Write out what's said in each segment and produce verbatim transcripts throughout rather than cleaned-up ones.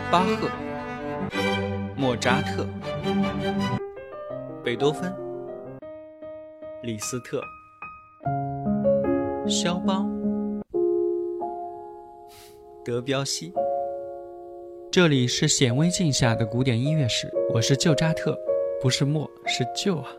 巴赫、莫扎特、贝多芬、李斯特、肖邦、德彪西。这里是显微镜下的古典音乐史，我是旧扎特，不是莫，是旧啊。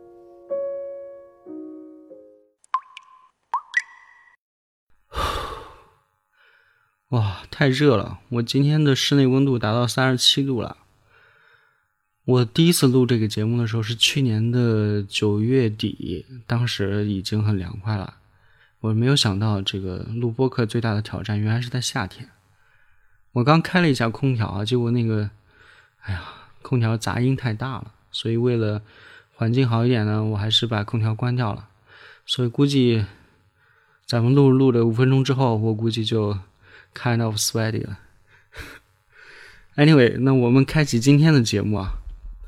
哇，太热了！我今天的室内温度达到三十七度了。我第一次录这个节目的时候是去年的九月底，当时已经很凉快了。我没有想到这个录播客最大的挑战原来是在夏天。我刚开了一下空调啊，结果那个，哎呀，空调杂音太大了，所以为了环境好一点呢，我还是把空调关掉了。所以估计咱们录录了五分钟之后，我估计就kind of sweaty 了。Anyway， 那我们开启今天的节目啊。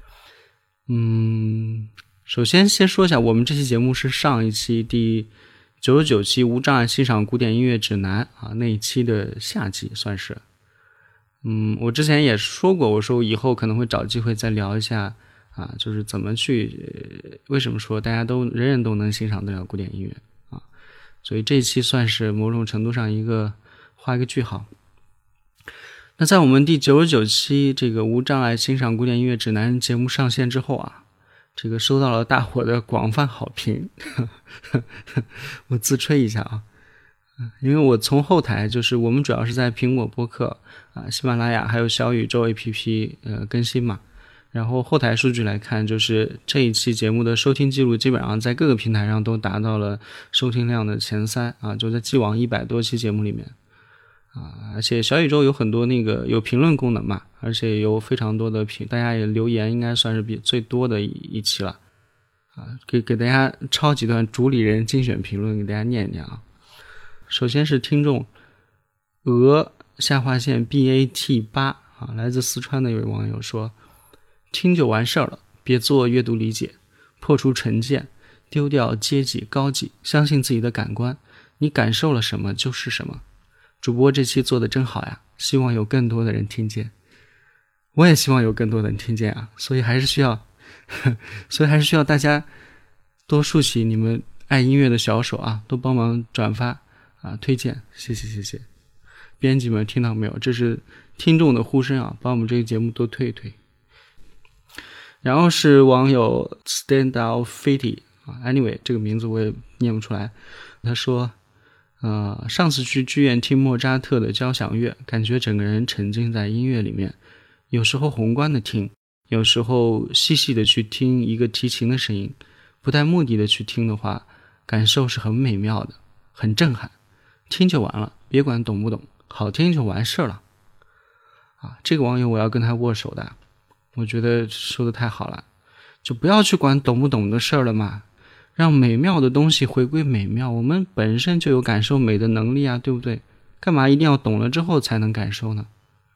嗯，首先先说一下，我们这期节目是上一期第九十九期无障碍欣赏古典音乐指南啊那一期的下集算是。嗯，我之前也说过，我说以后可能会找机会再聊一下啊，就是怎么去、呃、为什么说大家都人人都能欣赏得了古典音乐啊，所以这一期算是某种程度上一个画一个句号。那在我们第九十九期这个无障碍欣赏古典音乐指南节目上线之后啊，这个收到了大伙的广泛好评。我自吹一下啊，因为我从后台就是我们主要是在苹果播客啊、喜马拉雅还有小宇宙 A P P 呃更新嘛，然后后台数据来看，就是这一期节目的收听记录基本上在各个平台上都达到了收听量的前三啊，就在既往一百多期节目里面啊，而且小宇宙有很多那个有评论功能嘛，而且有非常多的评，大家也留言，应该算是比最多的一期了啊，给给大家抄几段主理人精选评论给大家念一念啊。首先是听众鹅下划线 B A T 八 啊，来自四川的一位网友说，听就完事儿了，别做阅读理解，破除成见，丢掉阶级高级，相信自己的感官，你感受了什么就是什么。主播这期做的真好呀，希望有更多的人听见。我也希望有更多的人听见啊，所以还是需要所以还是需要大家多竖起你们爱音乐的小手啊，多帮忙转发啊，推荐，谢谢谢谢。编辑们听到没有，这是听众的呼声啊，帮我们这个节目多推一推。然后是网友 Stand Out Fitty 啊 ，Anyway 这个名字我也念不出来。他说呃，上次去剧院听莫扎特的交响乐，感觉整个人沉浸在音乐里面，有时候宏观的听，有时候细细的去听一个提琴的声音，不带目的的去听的话，感受是很美妙的，很震撼。听就完了，别管懂不懂，好听就完事了。啊，这个网友我要跟他握手的，我觉得说的太好了，就不要去管懂不懂的事儿了嘛，让美妙的东西回归美妙，我们本身就有感受美的能力啊，对不对？干嘛一定要懂了之后才能感受呢？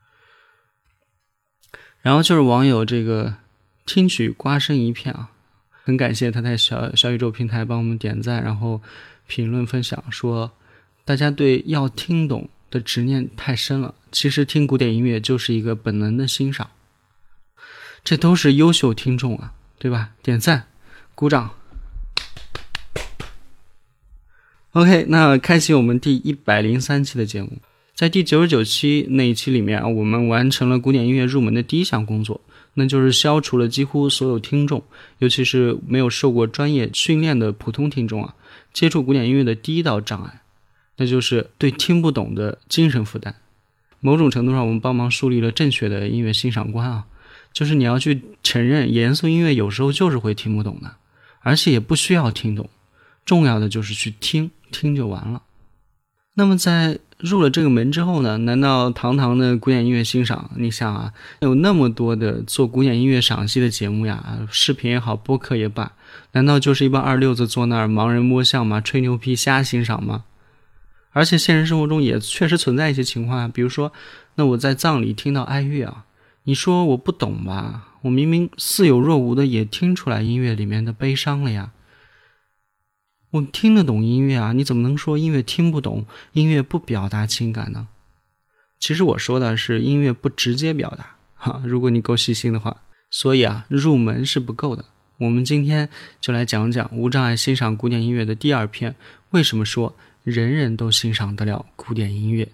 然后就是网友这个听曲刮声一片啊，很感谢他在小小宇宙平台帮我们点赞，然后评论分享说，大家对要听懂的执念太深了，其实听古典音乐就是一个本能的欣赏，这都是优秀听众啊，对吧？点赞，鼓掌。OK， 那开启我们第一百零三期的节目。在第九十九期那一期里面啊，我们完成了古典音乐入门的第一项工作，那就是消除了几乎所有听众，尤其是没有受过专业训练的普通听众啊，接触古典音乐的第一道障碍，那就是对听不懂的精神负担。某种程度上我们帮忙树立了正确的音乐欣赏观啊，就是你要去承认严肃音乐有时候就是会听不懂的，而且也不需要听懂，重要的就是去听，听就完了。那么在入了这个门之后呢，难道堂堂的古典音乐欣赏，你想啊，有那么多的做古典音乐赏析的节目呀，视频也好，播客也罢，难道就是一帮二六子坐那儿盲人摸象吗？吹牛皮瞎欣赏吗？而且现实生活中也确实存在一些情况啊，比如说那我在葬礼听到哀乐啊，你说我不懂吧，我明明似有若无的也听出来音乐里面的悲伤了呀。我听得懂音乐啊，你怎么能说音乐听不懂，音乐不表达情感呢？ 其实我说的是音乐不直接表达哈，如果你够细心的话。所以啊，入门是不够的。我们今天就来讲讲无障碍欣赏古典音乐的第二篇，为什么说人人都欣赏得了古典音乐。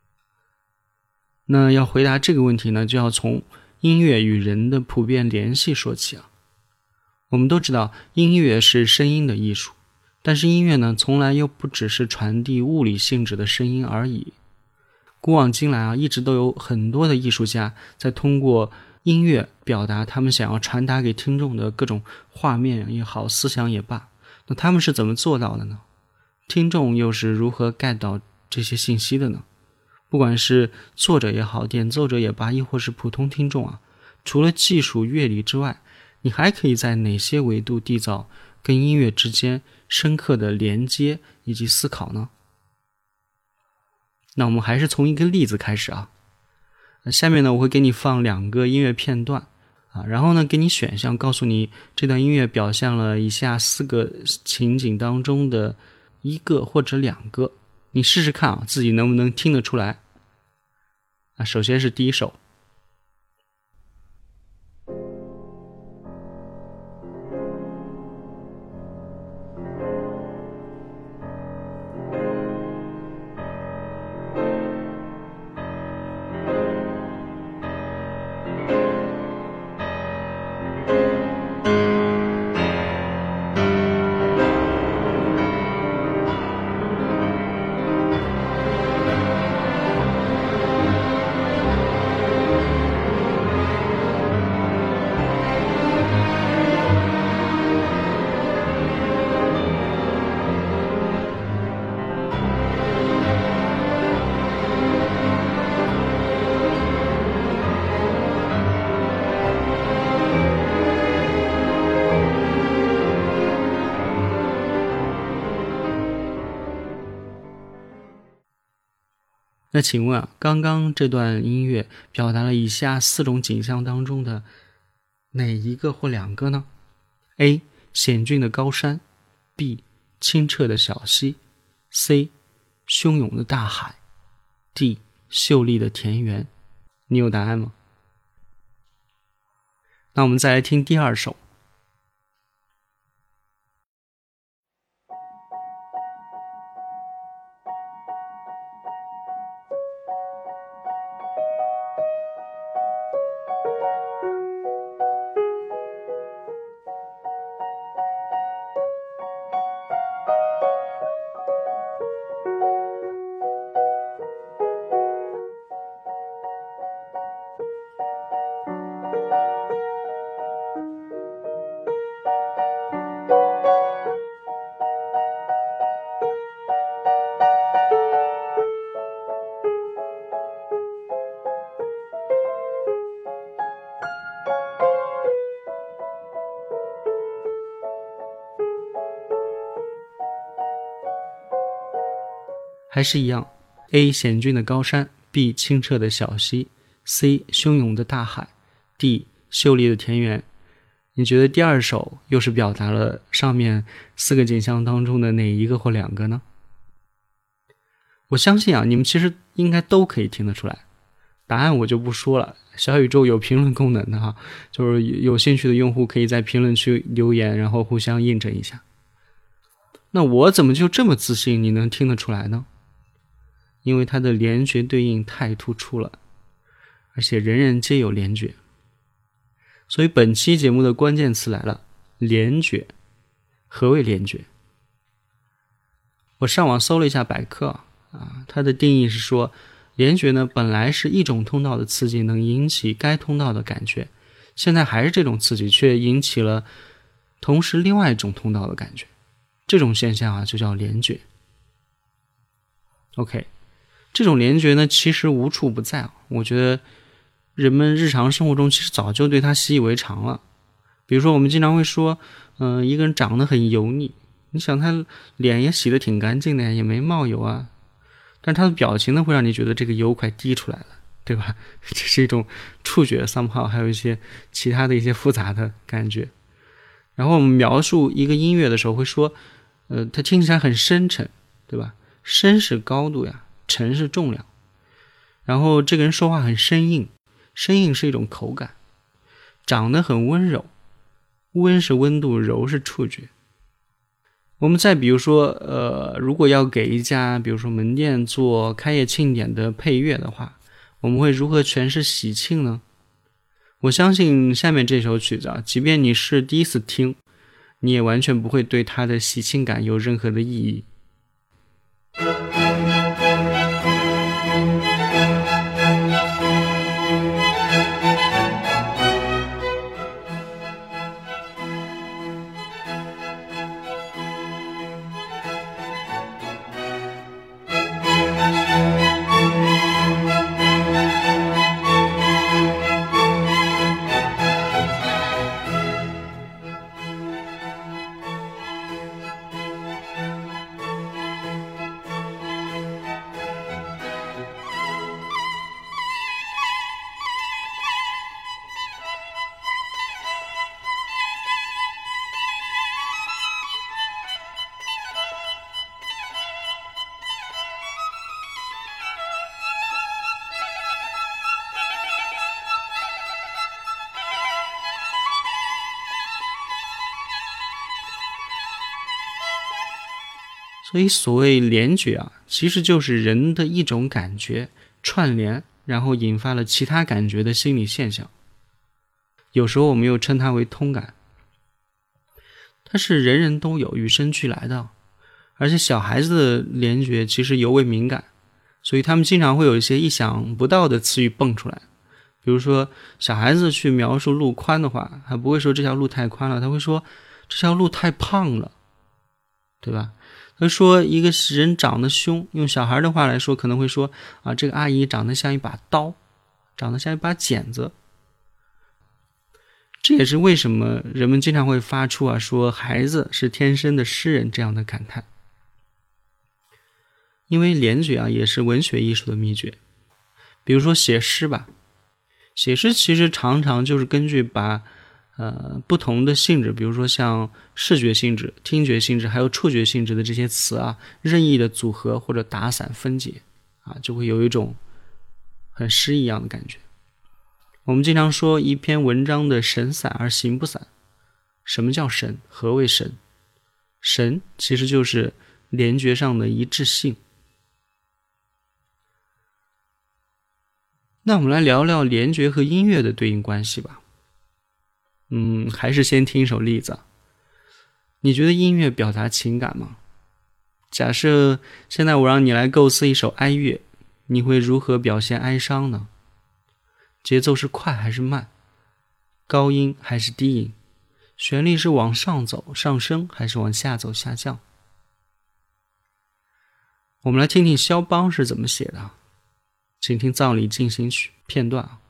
那要回答这个问题呢，就要从音乐与人的普遍联系说起啊。我们都知道音乐是声音的艺术，但是音乐呢，从来又不只是传递物理性质的声音而已。古往今来啊，一直都有很多的艺术家在通过音乐表达他们想要传达给听众的各种画面也好，思想也罢。那他们是怎么做到的呢？听众又是如何 get 到这些信息的呢？不管是作者也好，演奏者也罢，亦或是普通听众啊，除了技术乐理之外，你还可以在哪些维度缔造跟音乐之间深刻的连接以及思考呢？那我们还是从一个例子开始啊。下面呢，我会给你放两个音乐片段啊，然后呢，给你选项，告诉你这段音乐表现了以下四个情景当中的一个或者两个，你试试看啊，自己能不能听得出来啊。首先是第一首。那请问啊，刚刚这段音乐表达了以下四种景象当中的哪一个或两个呢？ A. 险峻的高山， B. 清澈的小溪， C. 汹涌的大海， D. 秀丽的田园。你有答案吗？那我们再来听第二首。还是一样 A. 险峻的高山， B. 清澈的小溪， C. 汹涌的大海， D. 秀丽的田园。你觉得第二首又是表达了上面四个景象当中的哪一个或两个呢？我相信啊，你们其实应该都可以听得出来。答案我就不说了，小宇宙有评论功能的哈，就是有兴趣的用户可以在评论区留言，然后互相印证一下。那我怎么就这么自信你能听得出来呢？因为它的联觉对应太突出了，而且人人皆有联觉。所以本期节目的关键词来了，联觉。何谓联觉？我上网搜了一下百科啊，它的定义是说，联觉呢本来是一种通道的刺激能引起该通道的感觉，现在还是这种刺激却引起了同时另外一种通道的感觉，这种现象啊就叫联觉。 OK， 这种联觉呢其实无处不在啊，我觉得人们日常生活中其实早就对它习以为常了。比如说我们经常会说嗯、呃，一个人长得很油腻，你想他脸也洗得挺干净的，也没冒油啊，但他的表情呢会让你觉得这个油快滴出来了，对吧？这是一种触觉 somehow 还有一些其他的一些复杂的感觉。然后我们描述一个音乐的时候会说呃，它听起来很深沉，对吧？深是高度呀，沉是重量。 然后这个人说话很生硬，生硬是一种口感，长得很温柔，温是温度，柔是触觉。我们再比如说呃，如果要给一家比如说门店做开业庆典的配乐的话，我们会如何诠释喜庆呢？我相信下面这首曲子啊，即便你是第一次听，你也完全不会对它的喜庆感有任何的意义。所以所谓联觉啊，其实就是人的一种感觉串联，然后引发了其他感觉的心理现象。有时候我们又称它为通感，它是人人都有，与生俱来的。而且小孩子的联觉其实尤为敏感，所以他们经常会有一些意想不到的词语蹦出来。比如说小孩子去描述路宽的话，他不会说这条路太宽了，他会说这条路太胖了，对吧？他说一个人长得凶，用小孩的话来说可能会说啊，这个阿姨长得像一把刀，长得像一把剪子。这也是为什么人们经常会发出啊说孩子是天生的诗人这样的感叹。因为联觉啊也是文学艺术的秘诀。比如说写诗吧，写诗其实常常就是根据把呃，不同的性质，比如说像视觉性质、听觉性质还有触觉性质的这些词啊，任意的组合或者打散分解啊，就会有一种很诗一样的感觉。我们经常说一篇文章的神散而形不散。什么叫神？何谓神？神其实就是联觉上的一致性。那我们来聊聊联觉和音乐的对应关系吧。嗯，还是先听一首例子。你觉得音乐表达情感吗？假设现在我让你来构思一首哀乐，你会如何表现哀伤呢？节奏是快还是慢？高音还是低音？旋律是往上走上升还是往下走下降？我们来听听肖邦是怎么写的。请听《葬礼进行曲》片段啊。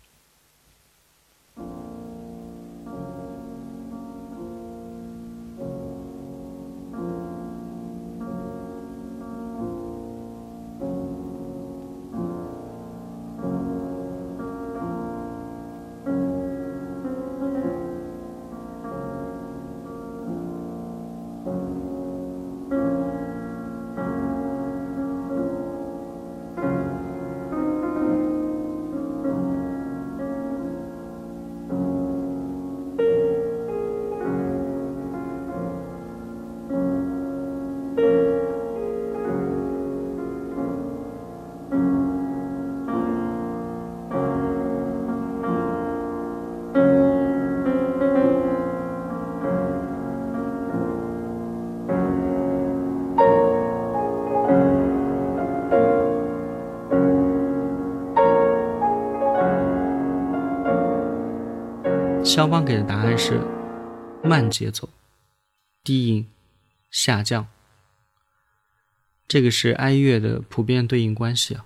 肖邦给的答案是慢节奏，低音，下降。这个是哀乐的普遍对应关系啊。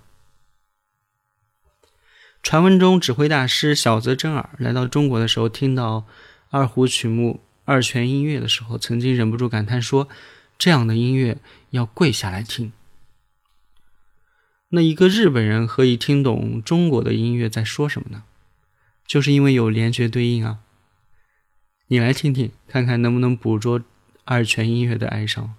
传闻中指挥大师小泽征尔来到中国的时候，听到二胡曲目二泉音乐的时候，曾经忍不住感叹说，这样的音乐要跪下来听。那一个日本人何以听懂中国的音乐在说什么呢？就是因为有联觉对应啊。你来听听，看看能不能捕捉二泉音乐的哀伤。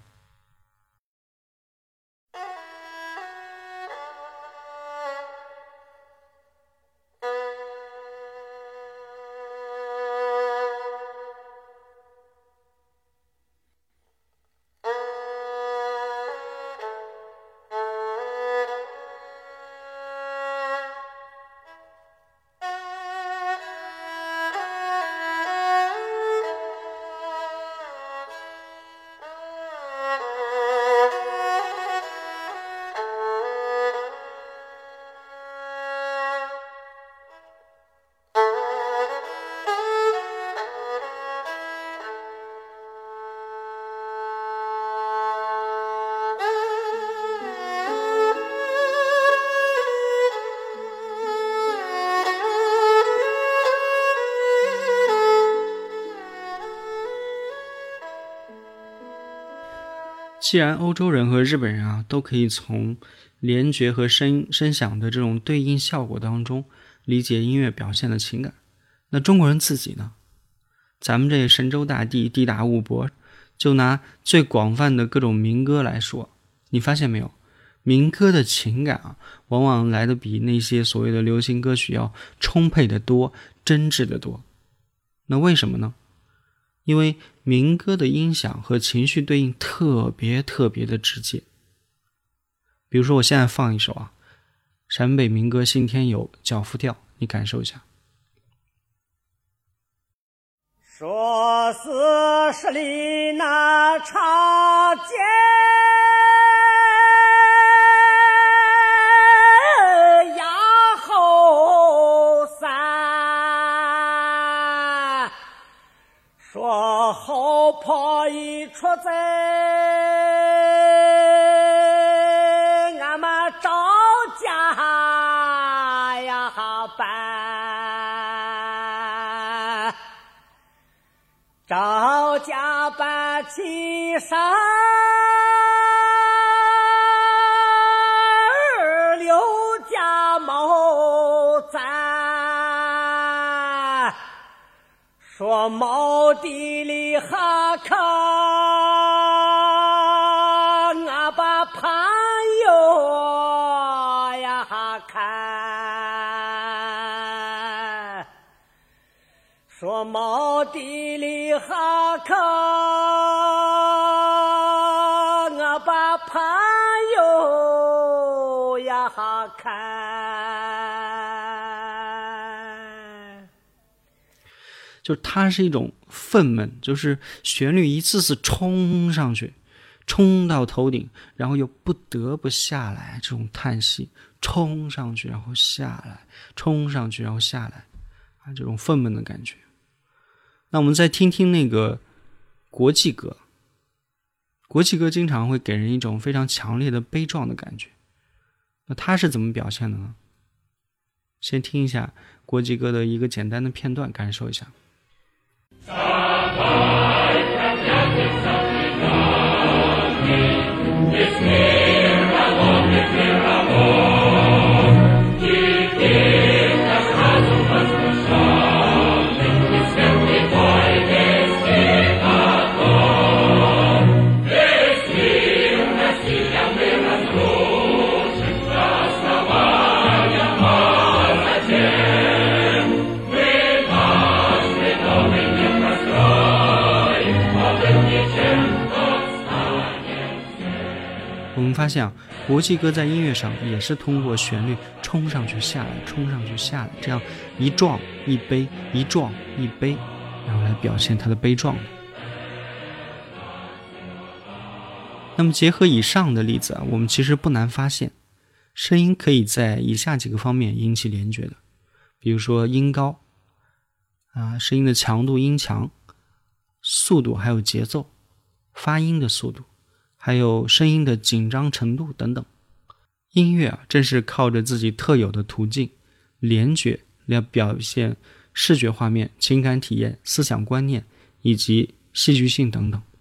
既然欧洲人和日本人啊都可以从连觉和声声响的这种对应效果当中理解音乐表现的情感，那中国人自己呢？咱们这神州大地地大物博，就拿最广泛的各种民歌来说，你发现没有，民歌的情感啊往往来得比那些所谓的流行歌曲要充沛得多，真挚得多。那为什么呢？因为民歌的音响和情绪对应特别特别的直接。比如说我现在放一首啊，陕北民歌《信天游》脚夫调，你感受一下。 说是十里那长街压后山，说后跑一出在俺们赵家呀办，赵家办起山刘家毛毡，说毛地里哈看俺把盘哟呀哈看，说毛地里哈看俺把盘哟呀哈看， 就是它是一种愤懑，就是旋律一次次冲上去，冲到头顶，然后又不得不下来，这种叹息，冲上去然后下来，冲上去然后下来啊，这种愤懑的感觉。那我们再听听那个国际歌，国际歌经常会给人一种非常强烈的悲壮的感觉。那它是怎么表现的呢？先听一下国际歌的一个简单的片段，感受一下。我们发现啊，国际歌在音乐上也是通过旋律冲上去下来，冲上去下来，这样一壮一悲，一壮一悲，然后来表现它的悲壮。那么结合以上的例子啊，我们其实不难发现，声音可以在以下几个方面引起联觉的，比如说音高啊，声音的强度、音强、速度，还有节奏、发音的速度，还有声音的紧张程度等等。音乐啊，正是靠着自己特有的途径联觉来表现视觉画面、情感体验、思想观念以及戏剧性等等。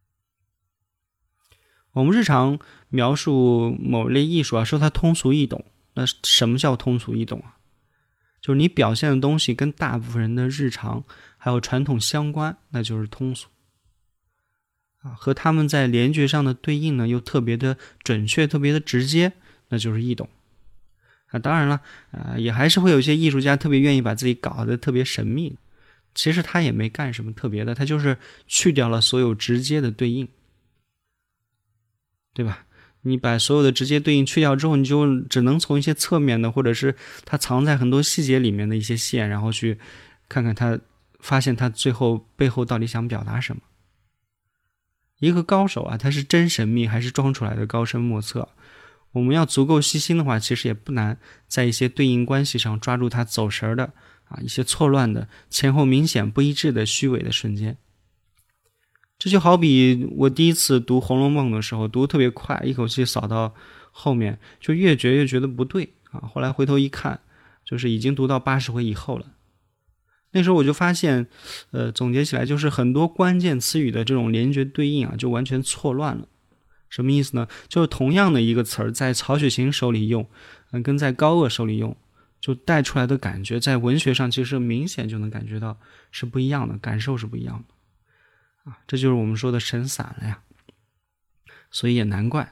我们日常描述某类艺术啊，说它通俗易懂，那什么叫通俗易懂啊？就是你表现的东西跟大部分人的日常还有传统相关，那就是通俗啊。和他们在联觉上的对应呢，又特别的准确，特别的直接，那就是易懂啊。当然了，啊，也还是会有一些艺术家特别愿意把自己搞得特别神秘，其实他也没干什么特别的，他就是去掉了所有直接的对应，对吧？你把所有的直接对应去掉之后，你就只能从一些侧面的，或者是它藏在很多细节里面的一些线，然后去看看它，发现它最后背后到底想表达什么。一个高手啊，他是真神秘还是装出来的高深莫测，我们要足够细心的话，其实也不难在一些对应关系上抓住它走神的啊，一些错乱的、前后明显不一致的虚伪的瞬间。这就好比我第一次读《红楼梦》的时候，读特别快，一口气扫到后面，就越觉越觉得不对啊。后来回头一看，就是已经读到八十回以后了。那时候我就发现，呃，总结起来就是很多关键词语的这种连觉对应啊，就完全错乱了什么意思呢？就是同样的一个词儿，在曹雪芹手里用，嗯，跟在高鹗手里用，就带出来的感觉，在文学上其实明显就能感觉到是不一样的，感受是不一样的啊，这就是我们说的神散了呀。所以也难怪。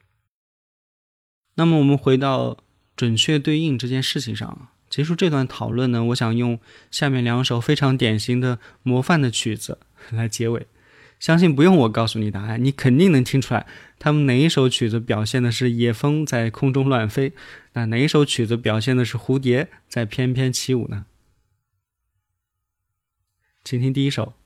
那么我们回到准确对应这件事情上，结束这段讨论呢，我想用下面两首非常典型的模范的曲子来结尾。相信不用我告诉你答案，你肯定能听出来他们哪一首曲子表现的是野蜂在空中乱飞，那哪一首曲子表现的是蝴蝶在翩翩起舞呢？请听第一首。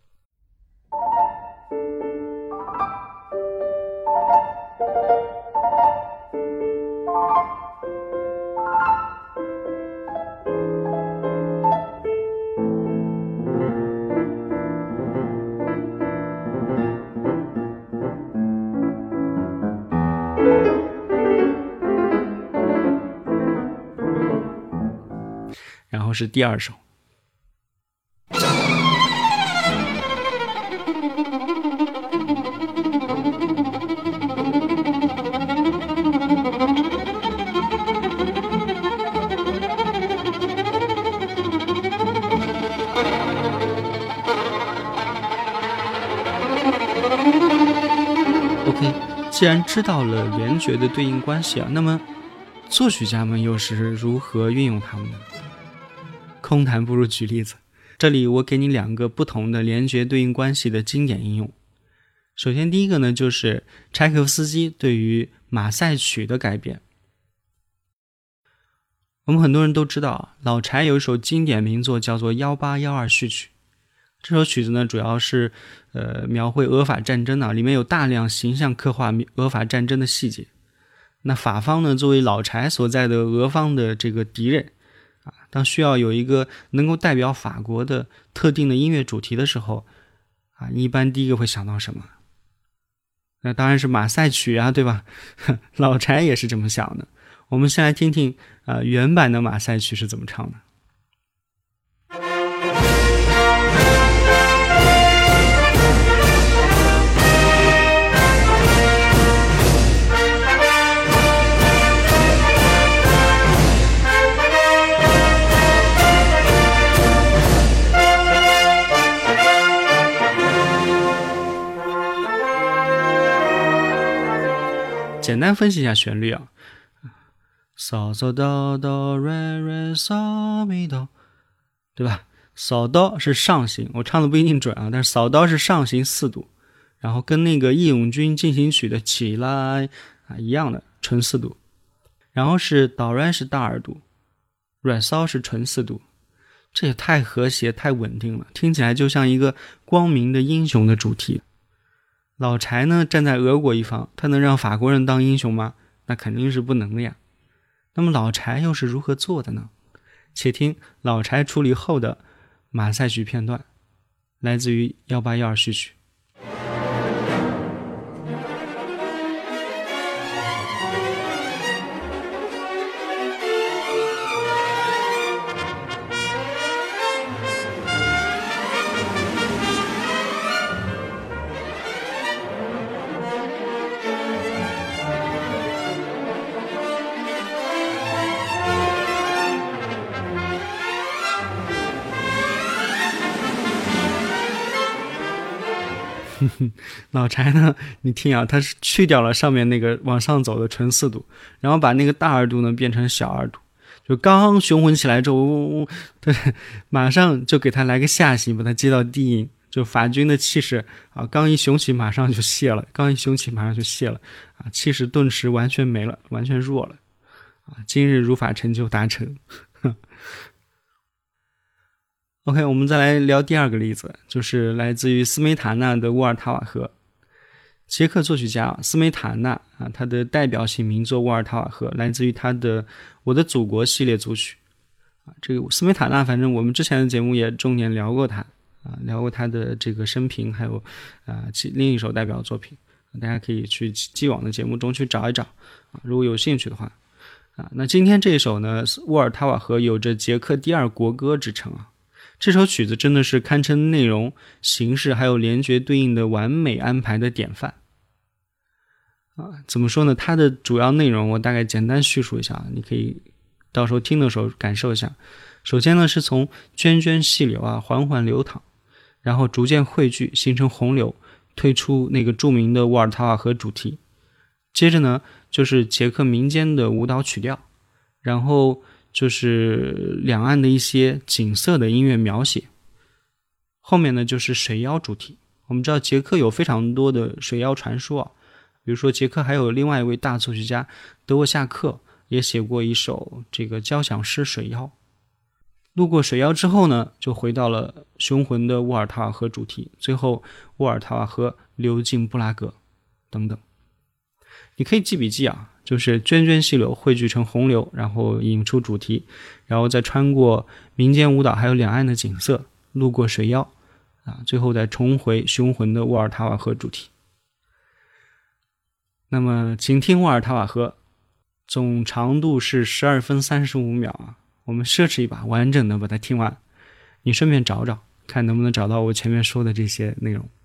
然后是第二首。OK， 既然知道了联觉的对应关系啊，那么作曲家们又是如何运用它们的？空谈不如举例子，这里我给你两个不同的联觉对应关系的经典应用。首先第一个呢，就是柴可夫斯基对于马赛曲的改编。我们很多人都知道，老柴有一首经典名作叫做一八一二序曲。这首曲子呢，主要是呃描绘俄法战争啊，里面有大量形象刻画俄法战争的细节。那法方呢，作为老柴所在的俄方的这个敌人啊，当需要有一个能够代表法国的特定的音乐主题的时候啊，一般第一个会想到什么？那当然是马赛曲啊，对吧？老柴也是这么想的。我们先来听听啊、呃、原版的马赛曲是怎么唱的。简单分析一下旋律啊，嗦嗦哆哆瑞瑞嗦咪哆，对吧？嗦哆是上行，我唱的不一定准啊，但是嗦哆是上行四度，然后跟那个义勇军进行曲的起来啊一样的纯四度，然后是哆瑞是大二度，瑞嗦是纯四度，这也太和谐太稳定了，听起来就像一个光明的英雄的主题。老柴呢站在俄国一方，他能让法国人当英雄吗？那肯定是不能的呀。那么老柴又是如何做的呢？且听老柴处理后的马赛曲片段，来自于一八一二序曲。老柴呢，你听啊，他是去掉了上面那个往上走的纯四度，然后把那个大二度呢变成小二度，就刚雄浑起来之后，对，马上就给他来个下行，把他接到低音，就法军的气势啊，刚一雄起马上就泄了，刚一雄起马上就泄了啊，气势顿时完全没了，完全弱了啊，今日如法成就达成。OK， 我们再来聊第二个例子，就是来自于斯梅塔纳的《沃尔塔瓦河》。捷克作曲家斯梅塔纳啊，他的代表性名作《沃尔塔瓦河》来自于他的《我的祖国》系列组曲。啊，这个斯梅塔纳，反正我们之前的节目也重点聊过他啊，聊过他的这个生平，还有啊其另一首代表作品，大家可以去既往的节目中去找一找啊，如果有兴趣的话啊。那今天这一首呢，《沃尔塔瓦河》有着捷克第二国歌之称啊。这首曲子真的是堪称内容、形式还有联觉对应的完美安排的典范啊，怎么说呢？它的主要内容我大概简单叙述一下，你可以到时候听的时候感受一下。首先呢，是从涓涓细流啊缓缓流淌，然后逐渐汇聚形成洪流，推出那个著名的沃尔塔瓦河主题。接着呢，就是捷克民间的舞蹈曲调，然后就是两岸的一些景色的音乐描写。后面呢，就是水妖主题。我们知道捷克有非常多的水妖传说啊，比如说捷克还有另外一位大作曲家德沃夏克也写过一首这个交响诗《水妖》。路过水妖之后呢，就回到了雄浑的沃尔塔瓦河主题，最后沃尔塔瓦河流进布拉格等等。你可以记笔记啊，就是涓涓细流汇聚成洪流，然后引出主题，然后再穿过民间舞蹈还有两岸的景色，路过水妖啊，最后再重回雄浑的沃尔塔瓦河主题。那么请听沃尔塔瓦河，总长度是十二分三十五秒啊，我们奢侈一把完整的把它听完，你顺便找找看能不能找到我前面说的这些内容。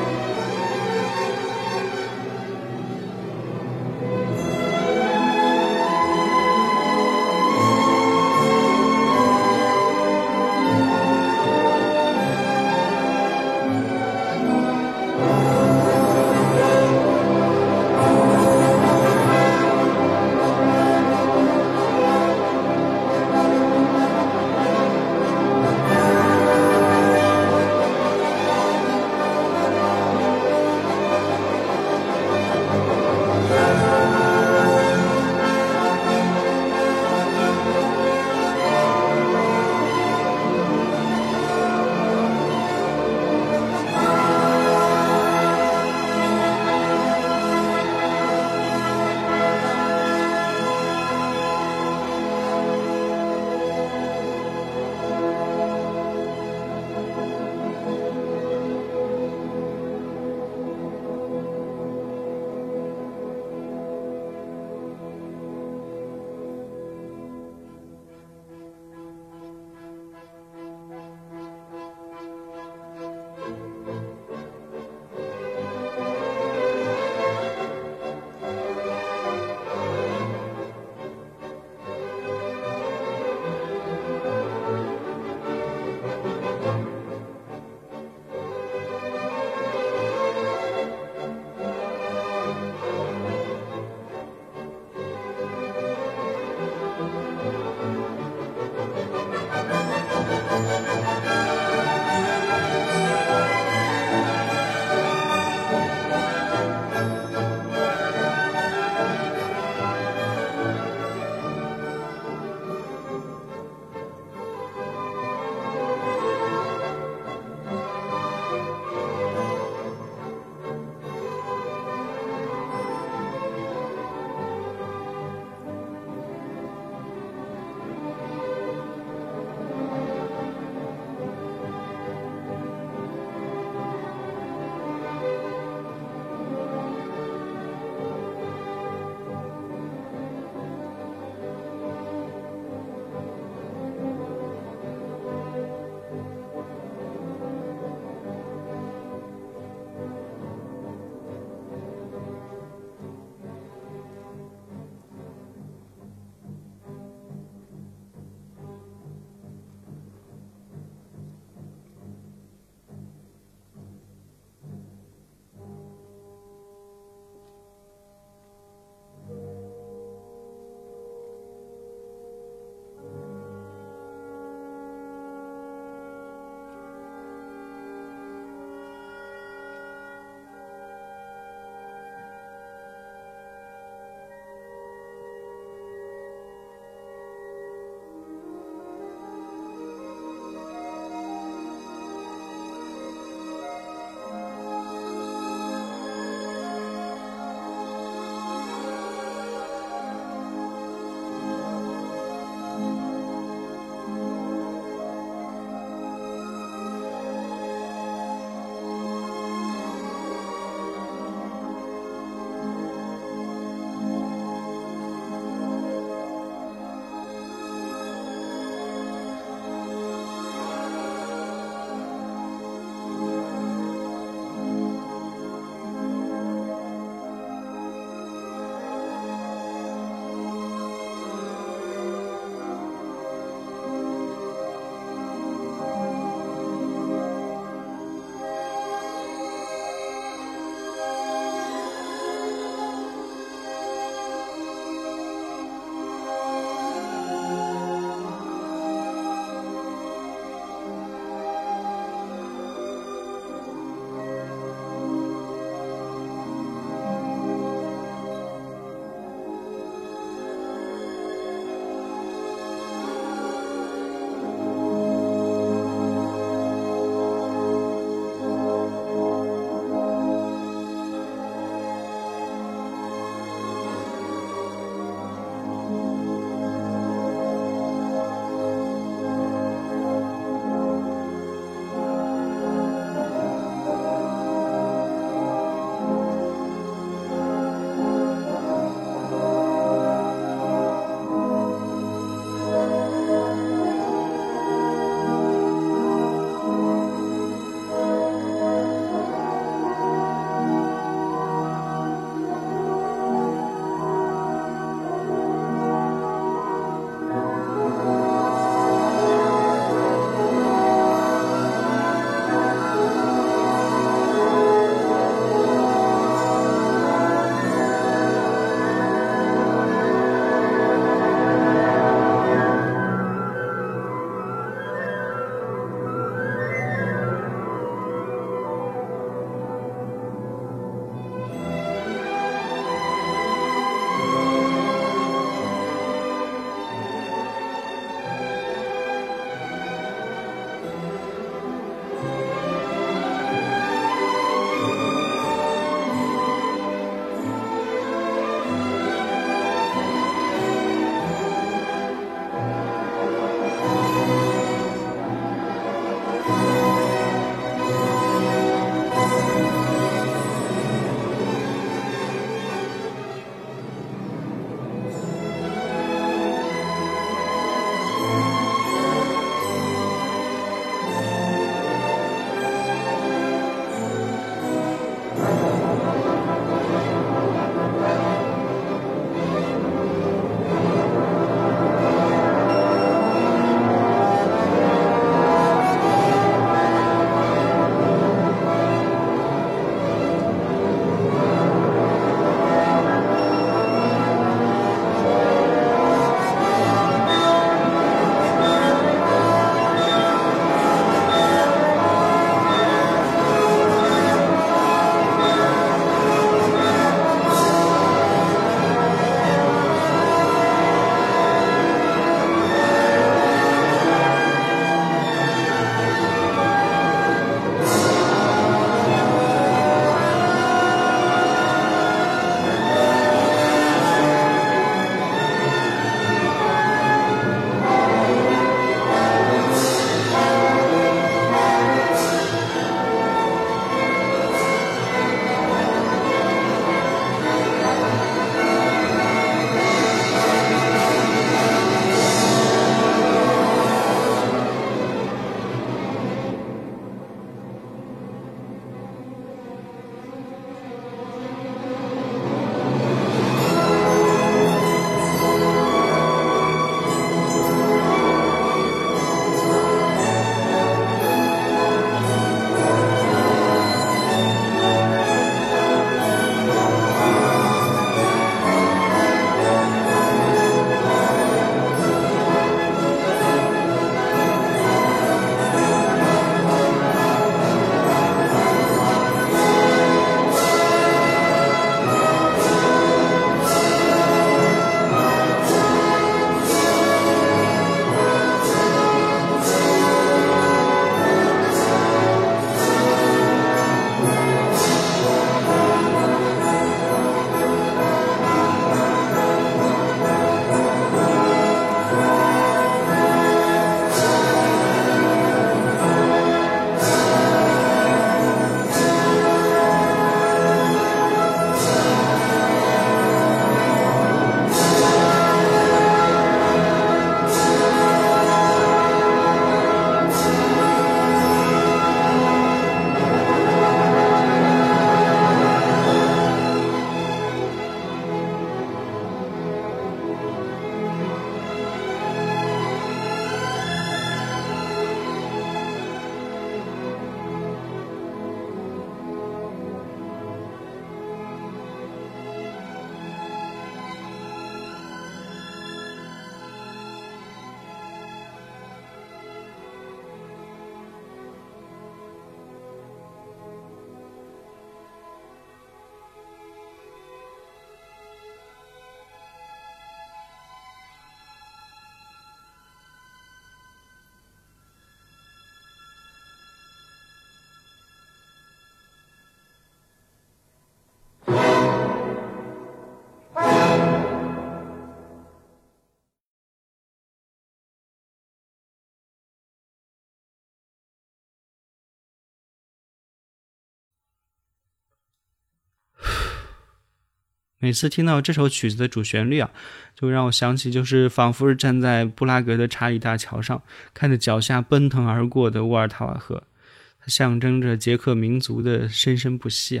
每次听到这首曲子的主旋律啊，就让我想起就是仿佛是站在布拉格的查理大桥上，看着脚下奔腾而过的沃尔塔瓦河，它象征着捷克民族的生生不息啊。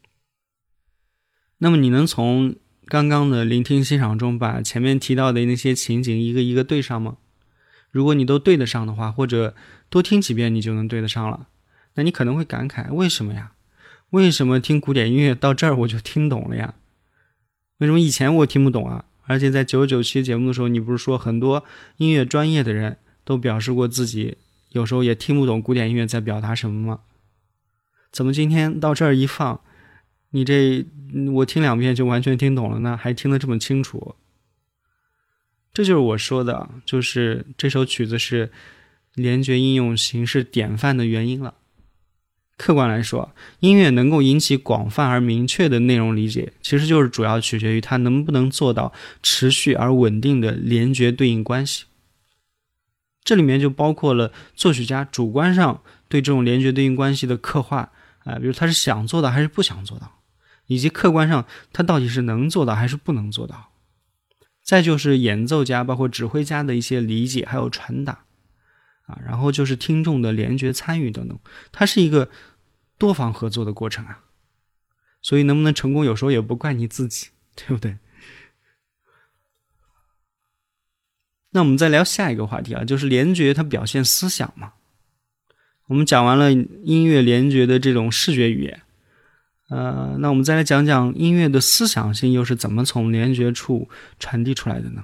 那么你能从刚刚的聆听欣赏中把前面提到的那些情景一个一个对上吗？如果你都对得上的话，或者多听几遍你就能对得上了，那你可能会感慨，为什么呀？为什么听古典音乐到这儿我就听懂了呀？为什么以前我听不懂啊？而且在九十九期节目的时候，你不是说很多音乐专业的人都表示过自己有时候也听不懂古典音乐在表达什么吗？怎么今天到这儿一放，你这我听两遍就完全听懂了呢？还听得这么清楚？这就是我说的，就是这首曲子是联觉应用形式典范的原因了。客观来说，音乐能够引起广泛而明确的内容理解，其实就是主要取决于它能不能做到持续而稳定的联觉对应关系。这里面就包括了作曲家主观上对这种联觉对应关系的刻画，啊，比如他是想做到还是不想做到，以及客观上他到底是能做到还是不能做到。再就是演奏家包括指挥家的一些理解还有传达啊，然后就是听众的联觉参与等等，它是一个多方合作的过程啊。 所以能不能成功有时候也不怪你自己，对不对？那我们再聊下一个话题啊，就是联觉它表现思想嘛。我们讲完了音乐联觉的这种视觉语言，呃，那我们再来讲讲音乐的思想性又是怎么从联觉处传递出来的呢？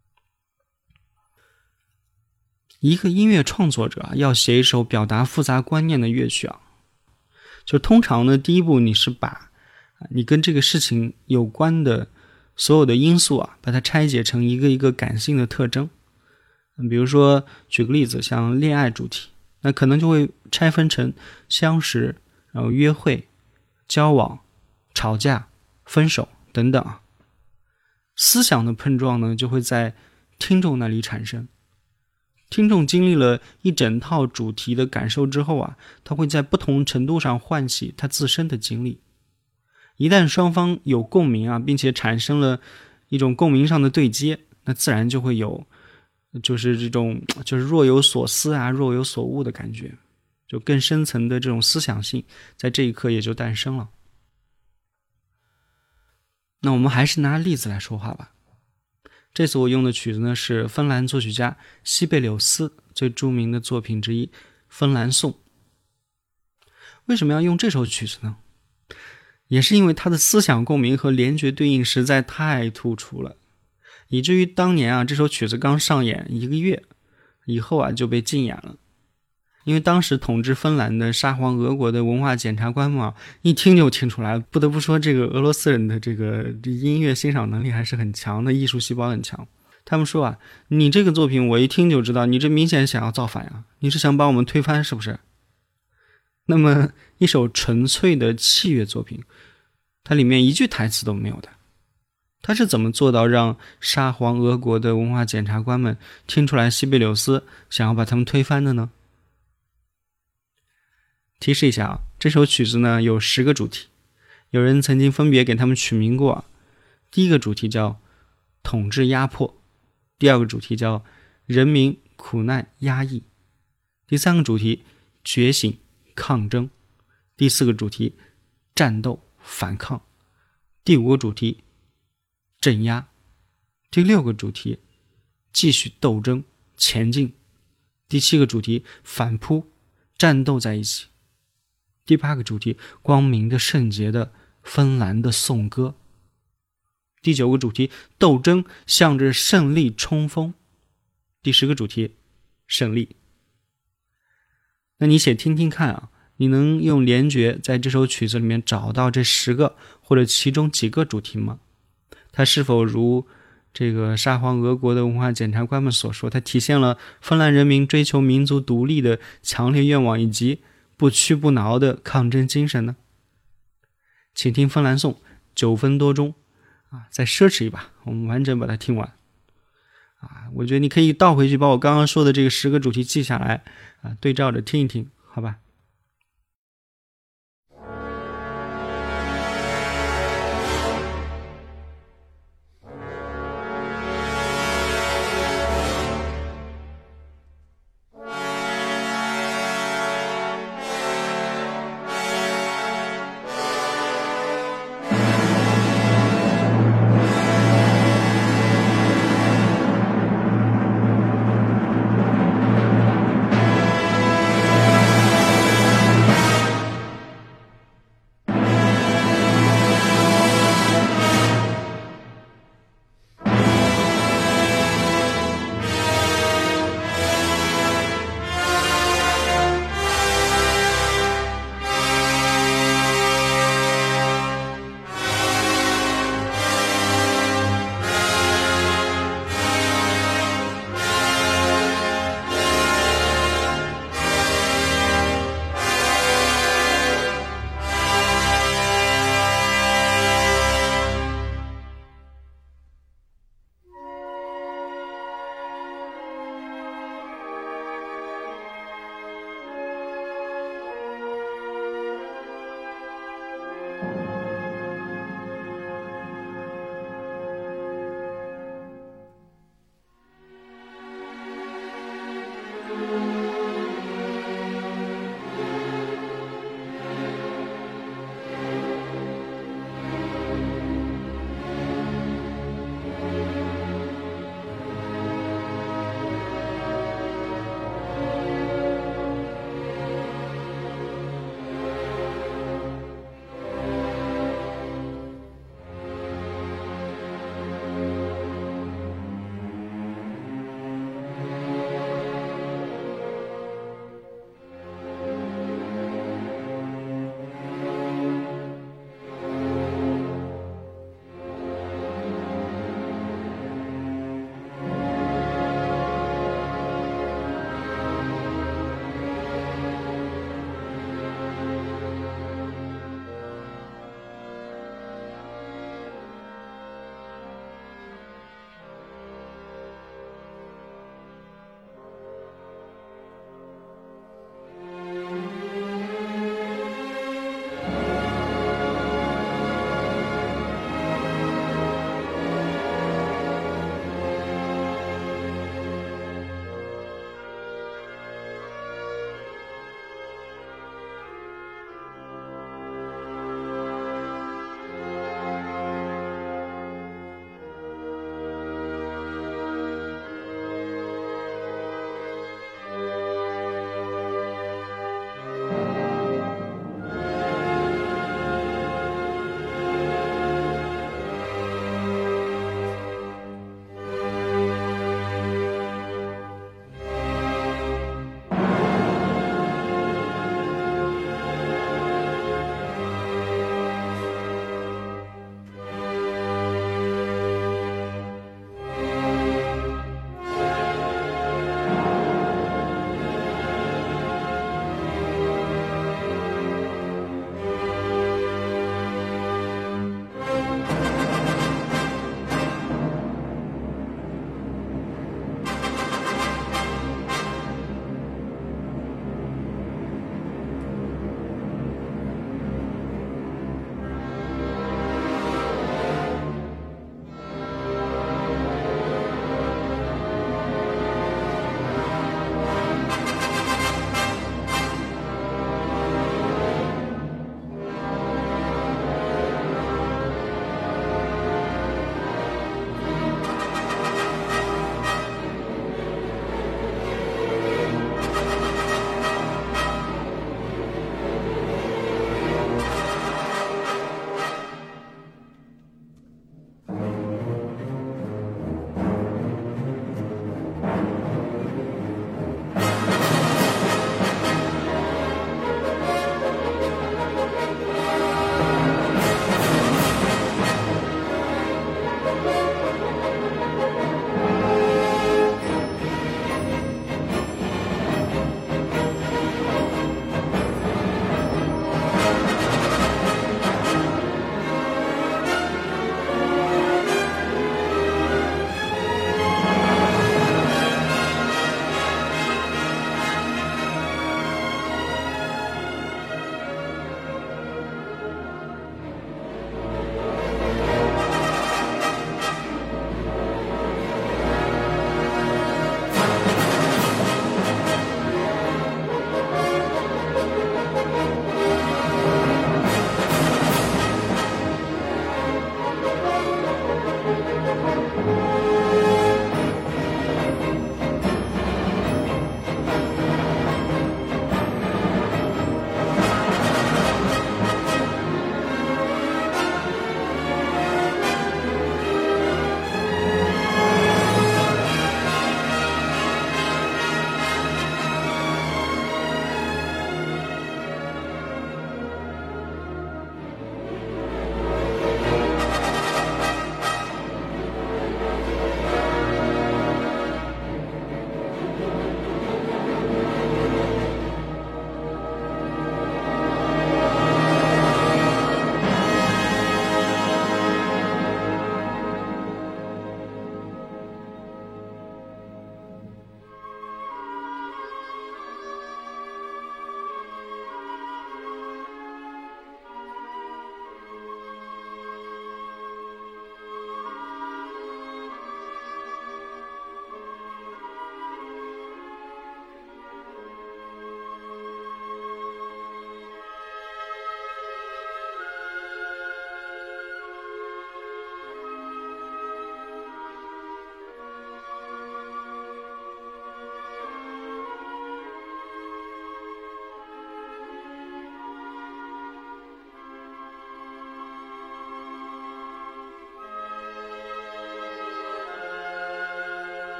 一个音乐创作者啊，要写一首表达复杂观念的乐曲啊，就通常呢，第一步你是把你跟这个事情有关的所有的因素啊，把它拆解成一个一个感性的特征。比如说举个例子，像恋爱主题，那可能就会拆分成相识，然后约会、交往、吵架、分手等等啊。思想的碰撞呢，就会在听众那里产生。听众经历了一整套主题的感受之后啊，他会在不同程度上唤起他自身的经历。一旦双方有共鸣啊，并且产生了一种共鸣上的对接，那自然就会有就是这种就是若有所思啊，若有所悟的感觉，就更深层的这种思想性在这一刻也就诞生了。那我们还是拿例子来说话吧。这次我用的曲子呢，是芬兰作曲家西贝柳斯最著名的作品之一《芬兰颂》。为什么要用这首曲子呢？也是因为它的思想共鸣和联觉对应实在太突出了，以至于当年啊，这首曲子刚上演一个月以后啊，就被禁演了。因为当时统治芬兰的沙皇俄国的文化检察官嘛，一听就听出来，不得不说这个俄罗斯人的这个音乐欣赏能力还是很强的，艺术细胞很强。他们说啊，你这个作品我一听就知道，你这明显想要造反呀，你是想把我们推翻是不是？那么一首纯粹的器乐作品，它里面一句台词都没有的，他是怎么做到让沙皇俄国的文化检察官们听出来西贝柳斯想要把他们推翻的呢？提示一下啊，这首曲子呢有十个主题，有人曾经分别给他们取名过啊。第一个主题叫统治压迫，第二个主题叫人民苦难压抑，第三个主题觉醒抗争，第四个主题战斗反抗，第五个主题镇压，第六个主题继续斗争前进，第七个主题反扑战斗在一起，第八个主题光明的圣洁的芬兰的颂歌，第九个主题斗争向着胜利冲锋，第十个主题胜利。那你写听听看啊，你能用联觉在这首曲子里面找到这十个或者其中几个主题吗？它是否如这个沙皇俄国的文化检察官们所说，它体现了芬兰人民追求民族独立的强烈愿望以及不屈不挠的抗争精神呢？请听芬兰颂九分多钟啊，再奢侈一把，我们完整把它听完啊！我觉得你可以倒回去把我刚刚说的这个十个主题记下来啊，对照着听一听，好吧？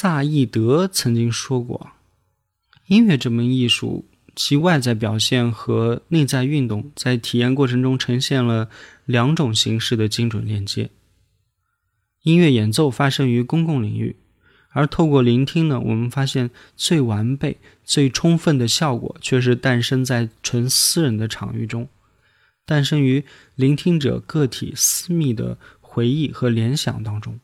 萨义德曾经说过，音乐这门艺术其外在表现和内在运动在体验过程中呈现了两种形式的精准连接。音乐演奏发生于公共领域，而透过聆听呢，我们发现最完备、最充分的效果却是诞生在纯私人的场域中，诞生于聆听者个体私密的回忆和联想当中。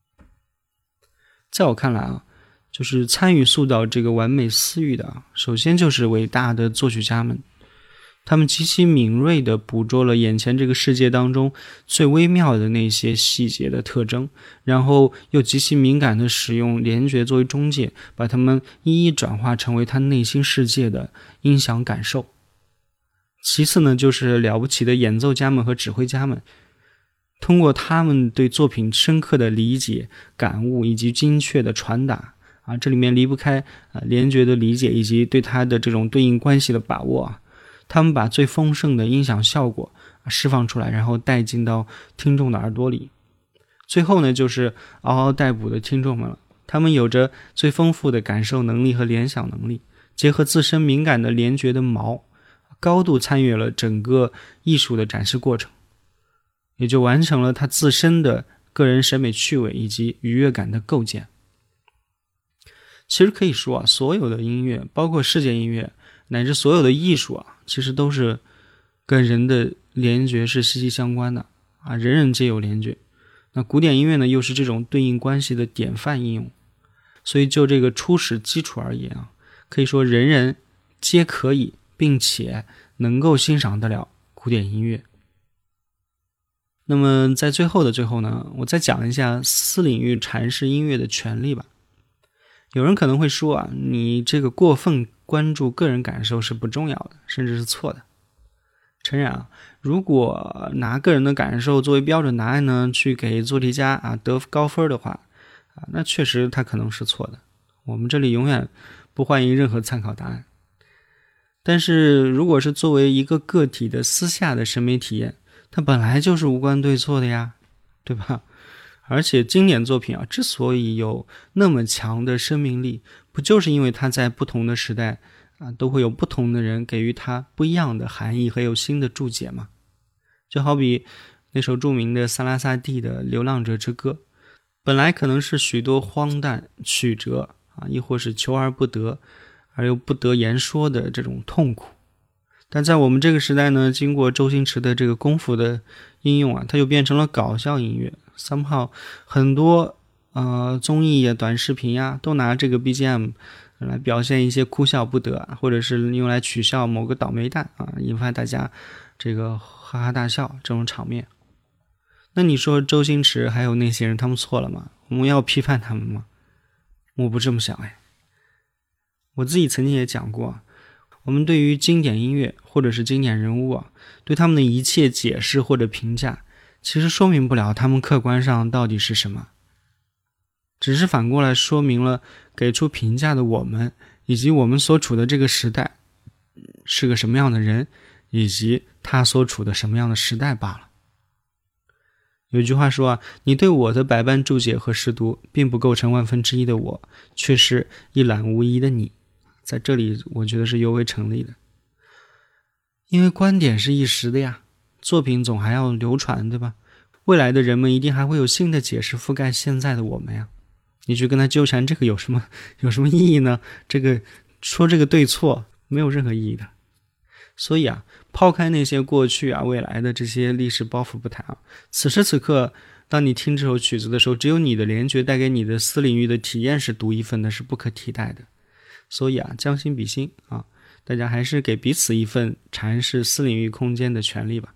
在我看来啊，就是参与塑造这个完美私域的啊，首先就是伟大的作曲家们，他们极其敏锐地捕捉了眼前这个世界当中最微妙的那些细节的特征，然后又极其敏感地使用联觉作为中介，把它们一一转化成为他内心世界的音响感受。其次呢，就是了不起的演奏家们和指挥家们，通过他们对作品深刻的理解、感悟以及精确的传达啊，这里面离不开啊联觉的理解以及对它的这种对应关系的把握啊，他们把最丰盛的音响效果释放出来，然后带进到听众的耳朵里。最后呢，就是嗷嗷待哺的听众们了，他们有着最丰富的感受能力和联想能力，结合自身敏感的联觉的毛，高度参与了整个艺术的展示过程，也就完成了他自身的个人审美趣味以及愉悦感的构建。其实可以说啊，所有的音乐，包括世界音乐乃至所有的艺术啊，其实都是跟人的联觉是息息相关的啊，人人皆有联觉。那古典音乐呢，又是这种对应关系的典范应用。所以就这个初始基础而言啊，可以说人人皆可以并且能够欣赏得了古典音乐。那么在最后的最后呢，我再讲一下私领域阐释音乐的权利吧。有人可能会说啊，你这个过分关注个人感受是不重要的，甚至是错的。诚然啊，如果拿个人的感受作为标准答案呢，去给做题家啊得高分的话啊，那确实他可能是错的。我们这里永远不欢迎任何参考答案。但是如果是作为一个个体的私下的审美体验，它本来就是无关对错的呀，对吧？而且经典作品啊，之所以有那么强的生命力，不就是因为它在不同的时代啊，都会有不同的人给予它不一样的含义和有新的注解嘛。就好比那首著名的萨拉萨蒂的《流浪者之歌》，本来可能是许多荒诞曲折啊，亦或是求而不得而又不得言说的这种痛苦，但在我们这个时代呢，经过周星驰的这个功夫的应用啊，它就变成了搞笑音乐。somehow 很多呃综艺呀、短视频呀，都拿这个 B G M 来表现一些哭笑不得啊，或者是用来取笑某个倒霉蛋啊，引发大家这个哈哈大笑这种场面。那你说周星驰还有那些人，他们错了吗？我们要批判他们吗？我不这么想哎。我自己曾经也讲过，我们对于经典音乐或者是经典人物啊，对他们的一切解释或者评价，其实说明不了他们客观上到底是什么，只是反过来说明了给出评价的我们，以及我们所处的这个时代是个什么样的人，以及他所处的什么样的时代罢了。有句话说啊，你对我的百般注解和识读，并不构成万分之一的我，却是一览无遗的你。在这里我觉得是尤为成立的，因为观点是一时的呀，作品总还要流传，对吧？未来的人们一定还会有新的解释覆盖现在的我们呀。你去跟他纠缠这个有什么有什么意义呢？这个说这个对错没有任何意义的。所以啊，抛开那些过去啊未来的这些历史包袱不谈啊，此时此刻当你听这首曲子的时候，只有你的联觉带给你的私领域的体验是独一份的，是不可替代的。所以啊，将心比心啊，大家还是给彼此一份阐释私领域空间的权利吧。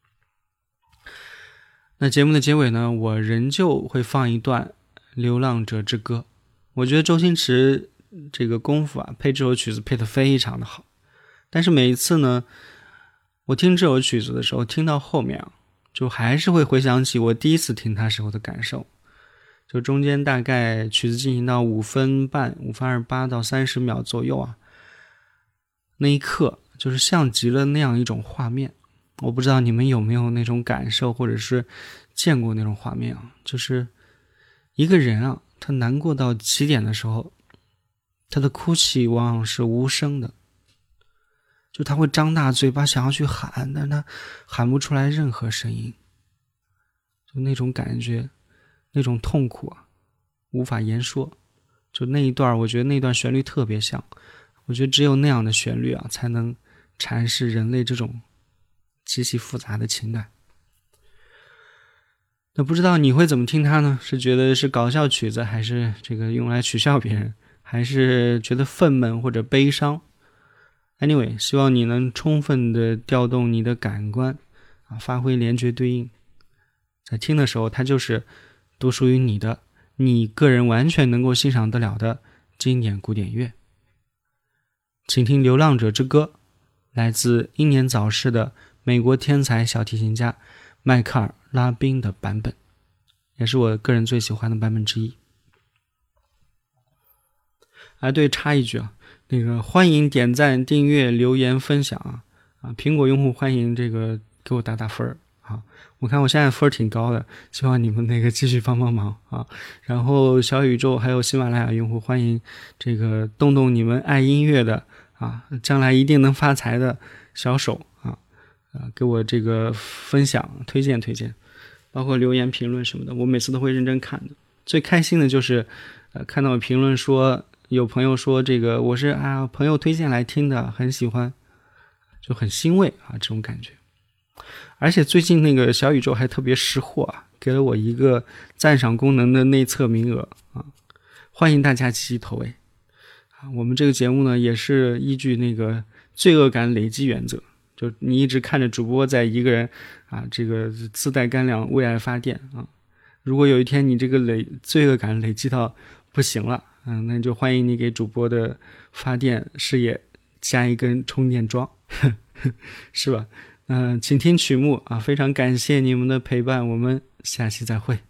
那节目的结尾呢，我仍旧会放一段《流浪者之歌》。我觉得周星驰这个功夫啊，配这首曲子配得非常的好。但是每一次呢，我听这首曲子的时候，听到后面啊，就还是会回想起我第一次听它时候的感受。就中间大概曲子进行到五分半、五分二十八到三十秒左右啊，那一刻就是像极了那样一种画面。我不知道你们有没有那种感受，或者是见过那种画面啊？就是一个人啊， 他难过到极点的时候，他的哭泣往往是无声的，就他会张大嘴巴想要去喊，但他喊不出来任何声音，就那种感觉，那种痛苦啊，无法言说。就那一段，我觉得那段旋律特别像，我觉得只有那样的旋律啊，才能阐释人类这种极其复杂的情感。那不知道你会怎么听它呢？是觉得是搞笑曲子，还是这个用来取笑别人，还是觉得愤懑或者悲伤？ Anyway， 希望你能充分的调动你的感官啊，发挥连觉对应，在听的时候它就是独属于你的，你个人完全能够欣赏得了的经典古典乐。请听《流浪者之歌》，来自英年早逝的美国天才小提琴家迈克尔·拉宾的版本，也是我个人最喜欢的版本之一。啊，对，插一句啊，那个欢迎点赞、订阅、留言、分享啊！啊，苹果用户欢迎这个给我打打分啊！我看我现在分挺高的，希望你们那个继续帮帮忙啊！然后小宇宙还有喜马拉雅用户欢迎这个动动你们爱音乐的啊，将来一定能发财的小手啊啊，给我这个分享、推荐推荐，包括留言评论什么的，我每次都会认真看的。最开心的就是呃看到评论说。有朋友说这个我是啊朋友推荐来听的，很喜欢，就很欣慰啊这种感觉。而且最近那个小宇宙还特别识货啊，给了我一个赞赏功能的内测名额啊，欢迎大家积极投喂啊。我们这个节目呢也是依据那个罪恶感累积原则，就你一直看着主播在一个人啊这个自带干粮为爱发电啊，如果有一天你这个累罪恶感累积到不行了。嗯，那就欢迎你给主播的发电事业加一根充电桩，是吧？嗯、呃，请听曲目啊，非常感谢你们的陪伴，我们下期再会。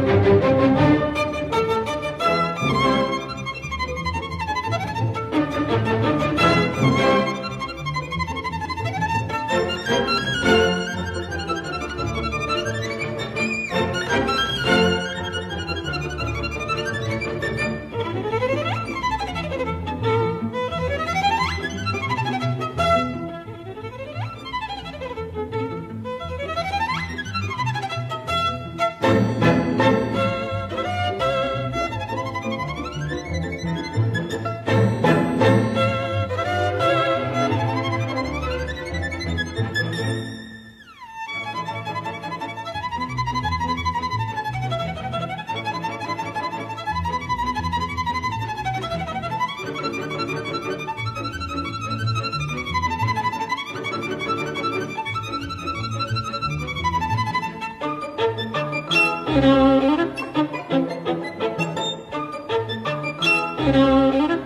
Thank you.